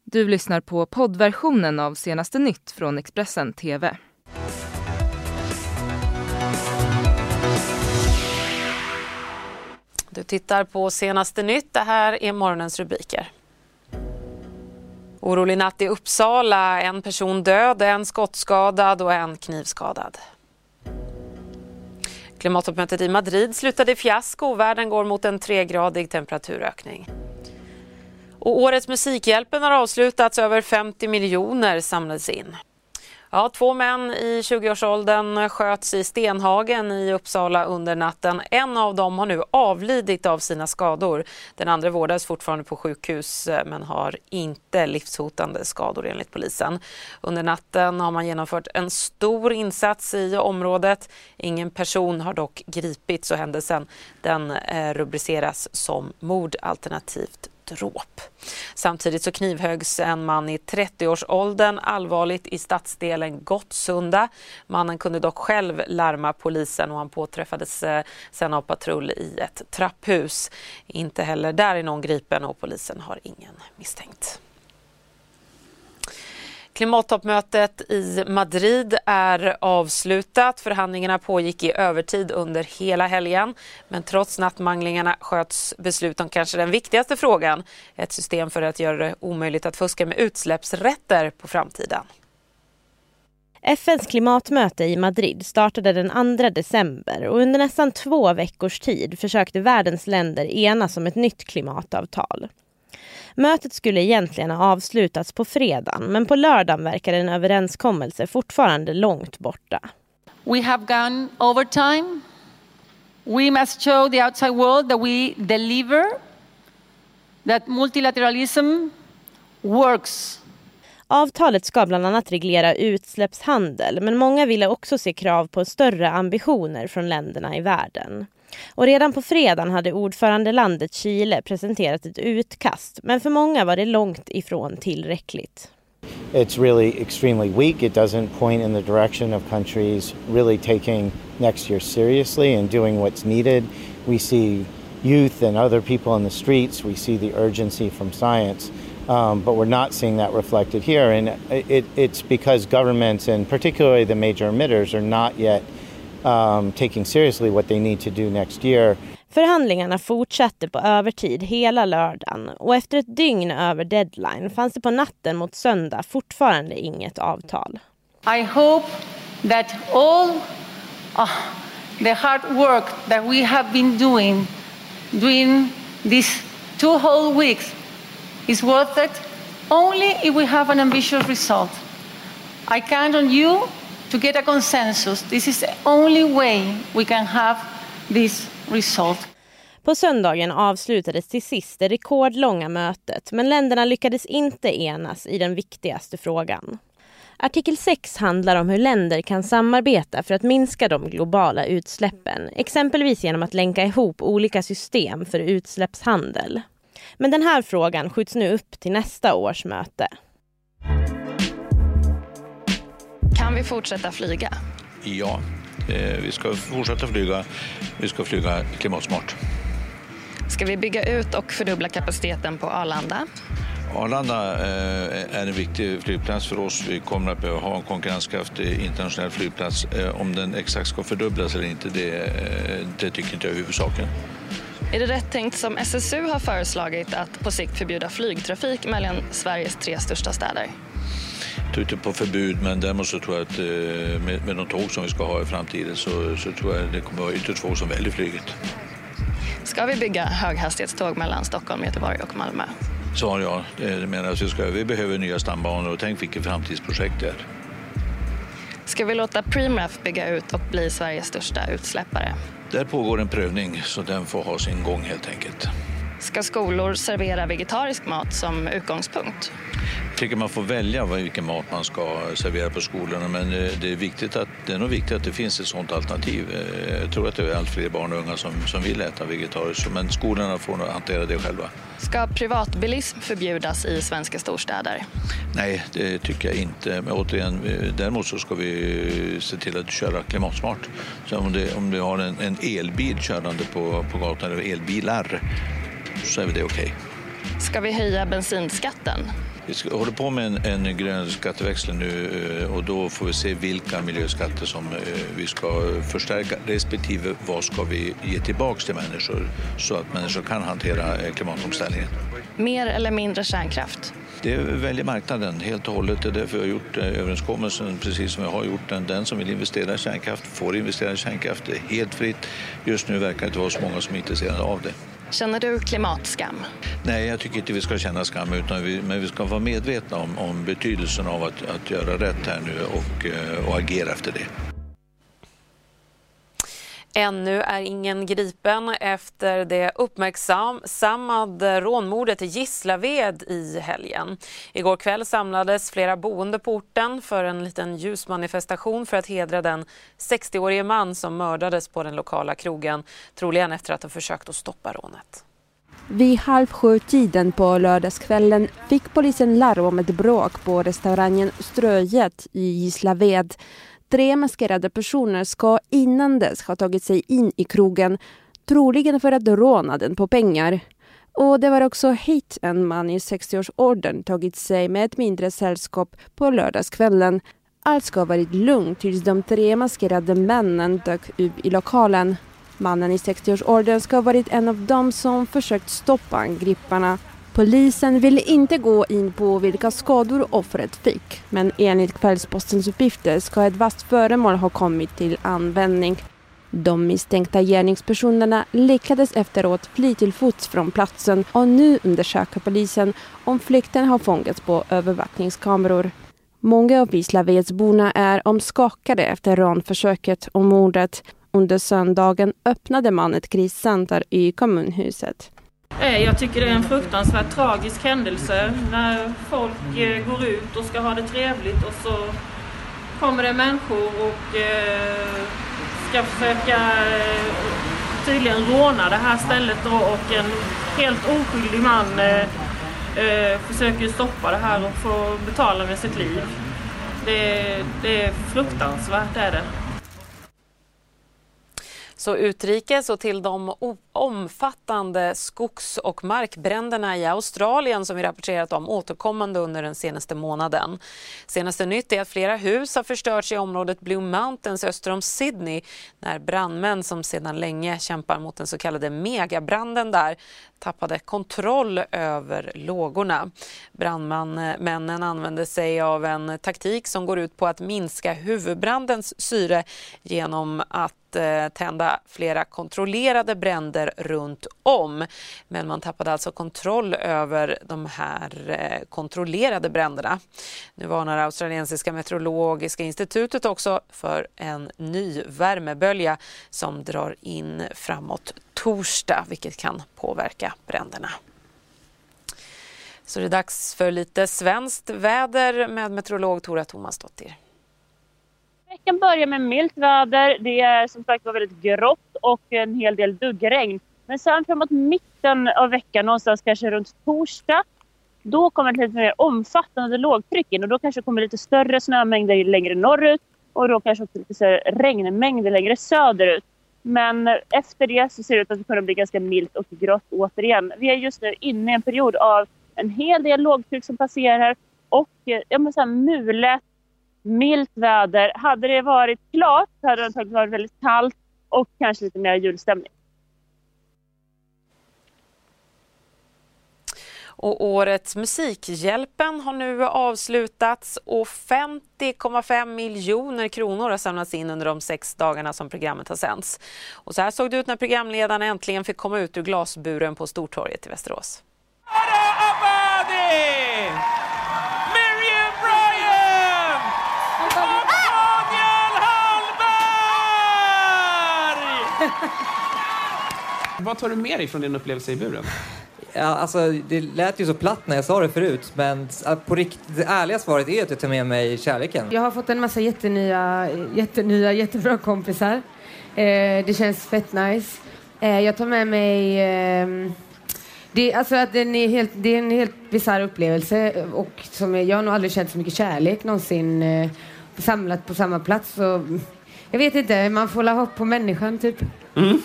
Du lyssnar på poddversionen av Senaste Nytt från Expressen TV. Du tittar på Senaste Nytt. Det här är morgonens rubriker. Orolig natt i Uppsala. En person död, en skottskadad och en knivskadad. Klimattoppmötet i Madrid slutade i fiasko. Världen går mot en 3-gradig temperaturökning. Och årets Musikhjälpen har avslutats. Över 50 miljoner samlades in. Ja, 2 män i 20-årsåldern sköts i Stenhagen i Uppsala under natten. En av dem har nu avlidit av sina skador. Den andra vårdas fortfarande på sjukhus men har inte livshotande skador enligt polisen. Under natten har man genomfört en stor insats i området. Ingen person har dock gripits och händelsen den rubriceras som mord alternativt dråp. Samtidigt så knivhöggs en man i 30-årsåldern allvarligt i stadsdelen Gottsunda. Mannen kunde dock själv larma polisen och han påträffades sen av patrull i ett trapphus. Inte heller där är någon gripen och polisen har ingen misstänkt. Klimattoppmötet i Madrid är avslutat. Förhandlingarna pågick i övertid under hela helgen. Men trots nattmanglingarna sköts beslut om kanske den viktigaste frågan. Ett system för att göra det omöjligt att fuska med utsläppsrätter på framtiden. FNs klimatmöte i Madrid startade den 2 december och under nästan 2 veckors tid försökte världens länder enas om ett nytt klimatavtal. Mötet skulle egentligen ha avslutats på fredagen, men på lördagen verkar en överenskommelse fortfarande långt borta. We have gone over time. We must show the outside world that we deliver, that multilateralism works. Avtalet ska bland annat reglera utsläppshandel, men många ville också se krav på större ambitioner från länderna i världen. Och redan på fredagen hade ordförandelandet Chile presenterat ett utkast, men för många var det långt ifrån tillräckligt. It's really extremely weak. It doesn't point in the direction of countries really taking next year seriously and doing what's needed. We see youth and other people in the streets. We see the urgency from science, but we're not seeing that reflected here. And it's because governments and particularly the major emitters are not yet taking seriously what they need to do next year. Förhandlingarna fortsatte på övertid hela lördagen och efter ett dygn över deadline fanns det på natten mot söndag fortfarande inget avtal. I hope that all the hard work that we have been doing during these 2 whole weeks is worth it only if we have an ambitious result. I count on you to get a consensus. This is the only way we can have this result. På söndagen avslutades till sist det rekordlånga mötet, men länderna lyckades inte enas i den viktigaste frågan. Artikel 6 handlar om hur länder kan samarbeta för att minska de globala utsläppen, exempelvis genom att länka ihop olika system för utsläppshandel. Men den här frågan skjuts nu upp till nästa års möte. Kan vi fortsätta flyga? Ja, vi ska fortsätta flyga. Vi ska flyga klimatsmart. Ska vi bygga ut och fördubbla kapaciteten på Arlanda? Arlanda är en viktig flygplats för oss. Vi kommer att behöva ha en konkurrenskraftig internationell flygplats. Om den exakt ska fördubblas eller inte, det tycker inte jag är huvudsaken. Är det rätt tänkt som SSU har föreslagit att på sikt förbjuda flygtrafik mellan Sveriges 3 största städer? Jag tror inte på förbud, men däremot så tror jag att med de tåg som vi ska ha i framtiden så tror jag det kommer att vara ytterst få som väljer flyget. Ska vi bygga höghastighetståg mellan Stockholm, Göteborg och Malmö? Så ja, det menar jag. Vi behöver nya stambanor och tänk vilket framtidsprojekt det är. Ska vi låta Preemraff bygga ut och bli Sveriges största utsläppare? Där pågår en prövning så den får ha sin gång helt enkelt. Ska skolor servera vegetarisk mat som utgångspunkt? Jag tycker man får välja vilken mat man ska servera på skolorna, men det är nog viktigt att det finns ett sådant alternativ. Jag tror att det är allt fler barn och unga som vill äta vegetariskt, men skolorna får nog hantera det själva. Ska privatbilism förbjudas i svenska storstäder? Nej, det tycker jag inte. Men återigen, däremot så ska vi se till att köra klimatsmart. Så om du har en elbil körande på gatan eller elbilar så är det okej. Ska vi höja bensinskatten? Vi håller på med en grön skatteväxling nu och då får vi se vilka miljöskatter som vi ska förstärka respektive vad ska vi ge tillbaka till människor så att människor kan hantera klimatomställningen. Mer eller mindre kärnkraft? Det väljer marknaden helt och hållet. Det är därför jag har gjort överenskommelsen precis som jag har gjort den. Den som vill investera i kärnkraft får investera i kärnkraft. Det är helt fritt. Just nu verkar det inte vara så många som är intresserade av det. Känner du klimatskam? Nej, jag tycker inte vi ska känna skam men vi ska vara medvetna om betydelsen av att göra rätt här nu och agera efter det. Ännu är ingen gripen efter det uppmärksammade rånmordet i Gislaved i helgen. Igår kväll samlades flera boende på orten för en liten ljusmanifestation för att hedra den 60-årige man som mördades på den lokala krogen, troligen efter att ha försökt att stoppa rånet. Vid 6:30 på lördagskvällen fick polisen larm om ett bråk på restaurangen Ströjet i Gislaved. 3 maskerade personer ska innan dess ha tagit sig in i krogen, troligen för att råna den på pengar. Och det var också hit en man i 60-årsåldern tagit sig med ett mindre sällskap på lördagskvällen. Allt ska ha varit lugnt tills de 3 maskerade männen dök upp i lokalen. Mannen i 60-årsåldern ska ha varit en av dem som försökt stoppa angriparna. Polisen ville inte gå in på vilka skador offret fick, men enligt Kvällspostens uppgifter ska ett vasst föremål ha kommit till användning. De misstänkta gärningspersonerna lyckades efteråt fly till fots från platsen och nu undersöker polisen om flykten har fångats på övervakningskameror. Många av Gislavedsborna är omskakade efter rånförsöket och mordet. Under söndagen öppnade man ett kriscenter i kommunhuset. Jag tycker det är en fruktansvärt tragisk händelse när folk går ut och ska ha det trevligt och så kommer det människor och ska försöka tydligen råna det här stället då, och en helt oskyldig man försöker stoppa det här och få betala med sitt liv. Det är fruktansvärt är det. Så utrikes och till de omfattande skogs- och markbränderna i Australien som vi rapporterat om återkommande under den senaste månaden. Senaste nytt är att flera hus har förstörts i området Blue Mountains öster om Sydney när brandmän som sedan länge kämpar mot den så kallade megabranden där tappade kontroll över lågorna. Brandmännen använde sig av en taktik som går ut på att minska huvudbrandens syre genom att tända flera kontrollerade bränder runt om. Men man tappade alltså kontroll över de här kontrollerade bränderna. Nu varnar australiensiska meteorologiska institutet också för en ny värmebölja som drar in framåt torsdag, vilket kan påverka bränderna. Så det är dags för lite svenskt väder med meteorolog Tora Thomasdottir. Veckan börjar med milt väder. Det är som sagt väldigt grått och en hel del duggregn. Men sen framåt mitten av veckan, någonstans kanske runt torsdag, då kommer det lite mer omfattande lågtryck in. Och då kanske kommer lite större snömängder längre norrut och då kanske också lite större regnmängder längre söderut. Men efter det så ser det ut att det kommer bli ganska milt och grått återigen. Vi är just nu inne i en period av en hel del lågtryck som passerar och mulet, milt väder. Hade det varit klart hade det varit väldigt kallt och kanske lite mer julstämning. Och årets Musikhjälpen har nu avslutats och 50,5 miljoner kronor har samlats in under de 6 dagarna som programmet har sänds. Och så här såg det ut när programledarna äntligen fick komma ut ur glasburen på Stortorget i Västerås. Vad tar du med dig från din upplevelse i buren? Ja, alltså, det lät ju så platt när jag sa det förut, men på riktigt, det ärliga svaret är att jag tar med mig kärleken. Jag har fått en massa jättebra kompisar. Det känns fett nice. Jag tar med mig... det är en helt bizarr upplevelse och jag har nog aldrig känt så mycket kärlek någonsin samlat på samma plats. Så, jag vet inte, man får hålla hopp på människan typ. Mm.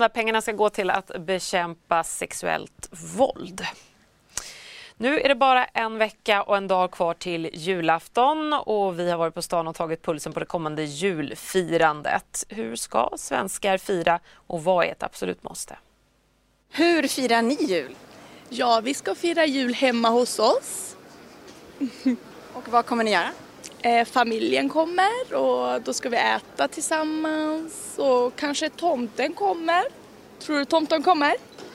där pengarna ska gå till att bekämpa sexuellt våld. Nu är det bara en vecka och en dag kvar till julafton och vi har varit på stan och tagit pulsen på det kommande julfirandet. Hur ska svenskar fira och vad är ett absolut måste? Hur firar ni jul? Ja, vi ska fira jul hemma hos oss. Och vad kommer ni göra? Familjen kommer och då ska vi äta tillsammans och kanske tomten kommer. Tror du tomten kommer?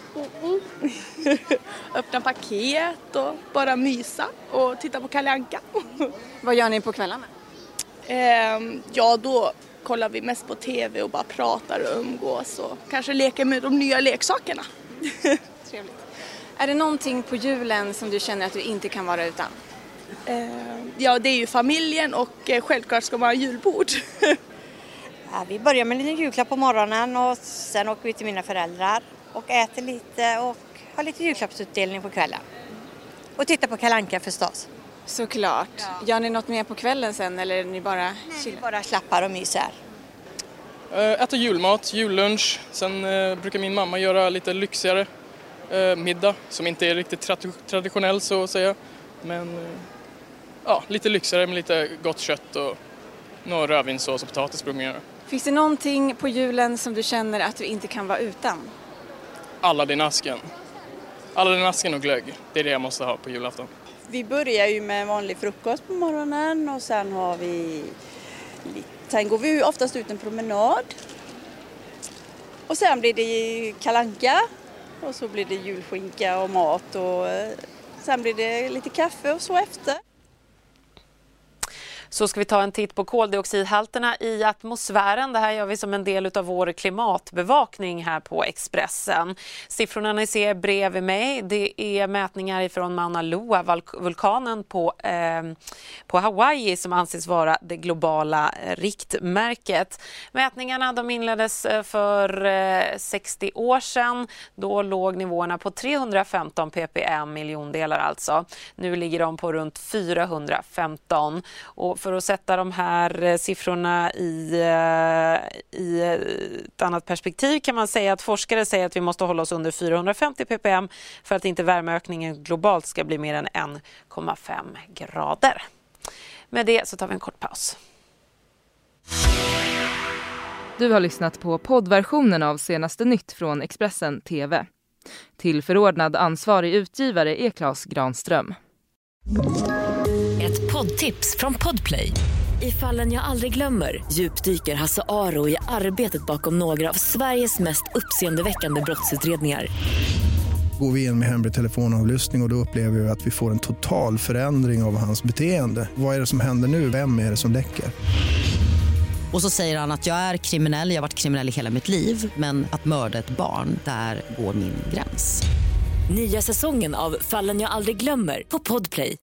Öppna paket och bara mysa och titta på Kalle Anka. Vad gör ni på kvällarna? Ja, då kollar vi mest på tv och bara pratar och umgås och kanske leker med de nya leksakerna. Trevligt. Är det någonting på julen som du känner att du inte kan vara utan? Ja, det är ju familjen och självklart ska man ha julbord. Ja, vi börjar med en liten julklapp på morgonen och sen åker vi till mina föräldrar och äter lite och har lite julklappsutdelning på kvällen. Och tittar på Kalle Anka förstås. Såklart. Ja. Gör ni något mer på kvällen sen eller är ni bara chillar? Vi bara slappar och myser. Äter julmat, jullunch. Sen brukar min mamma göra lite lyxigare middag som inte är riktigt traditionell så att säga. Men lite lyxigare med lite gott kött och några rödvinssås och potatisblommor. Finns det någonting på julen som du känner att du inte kan vara utan? Aladdin-asken och glögg. Det är det jag måste ha på julafton. Vi börjar ju med vanlig frukost på morgonen och sen går vi oftast ut en promenad. Och sen blir det Kalle Anka och så blir det julskinka och mat och sen blir det lite kaffe och så efter. Så ska vi ta en titt på koldioxidhalterna i atmosfären. Det här gör vi som en del av vår klimatbevakning här på Expressen. Siffrorna ni ser bredvid mig, det är mätningar från Mauna Loa-vulkanen på Hawaii som anses vara det globala riktmärket. Mätningarna de inleddes för 60 år sedan. Då låg nivåerna på 315 ppm miljondelar alltså. Nu ligger de på runt 415 och för att sätta de här siffrorna i ett annat perspektiv kan man säga att forskare säger att vi måste hålla oss under 450 ppm för att inte värmeökningen globalt ska bli mer än 1,5 grader. Med det så tar vi en kort paus. Du har lyssnat på poddversionen av Senaste nytt från Expressen TV. Till förordnad ansvarig utgivare är Claes Granström. Ett poddtips från Podplay. I Fallen jag aldrig glömmer djupdyker Hasse Aro i arbetet bakom några av Sveriges mest uppseendeväckande brottsutredningar. Går vi in med hemlig telefonavlyssning och då upplever vi att vi får en total förändring av hans beteende. Vad är det som händer nu? Vem är det som läcker? Och så säger han att jag är kriminell, jag har varit kriminell i hela mitt liv. Men att mörda ett barn, där går min gräns. Nya säsongen av Fallen jag aldrig glömmer på Podplay.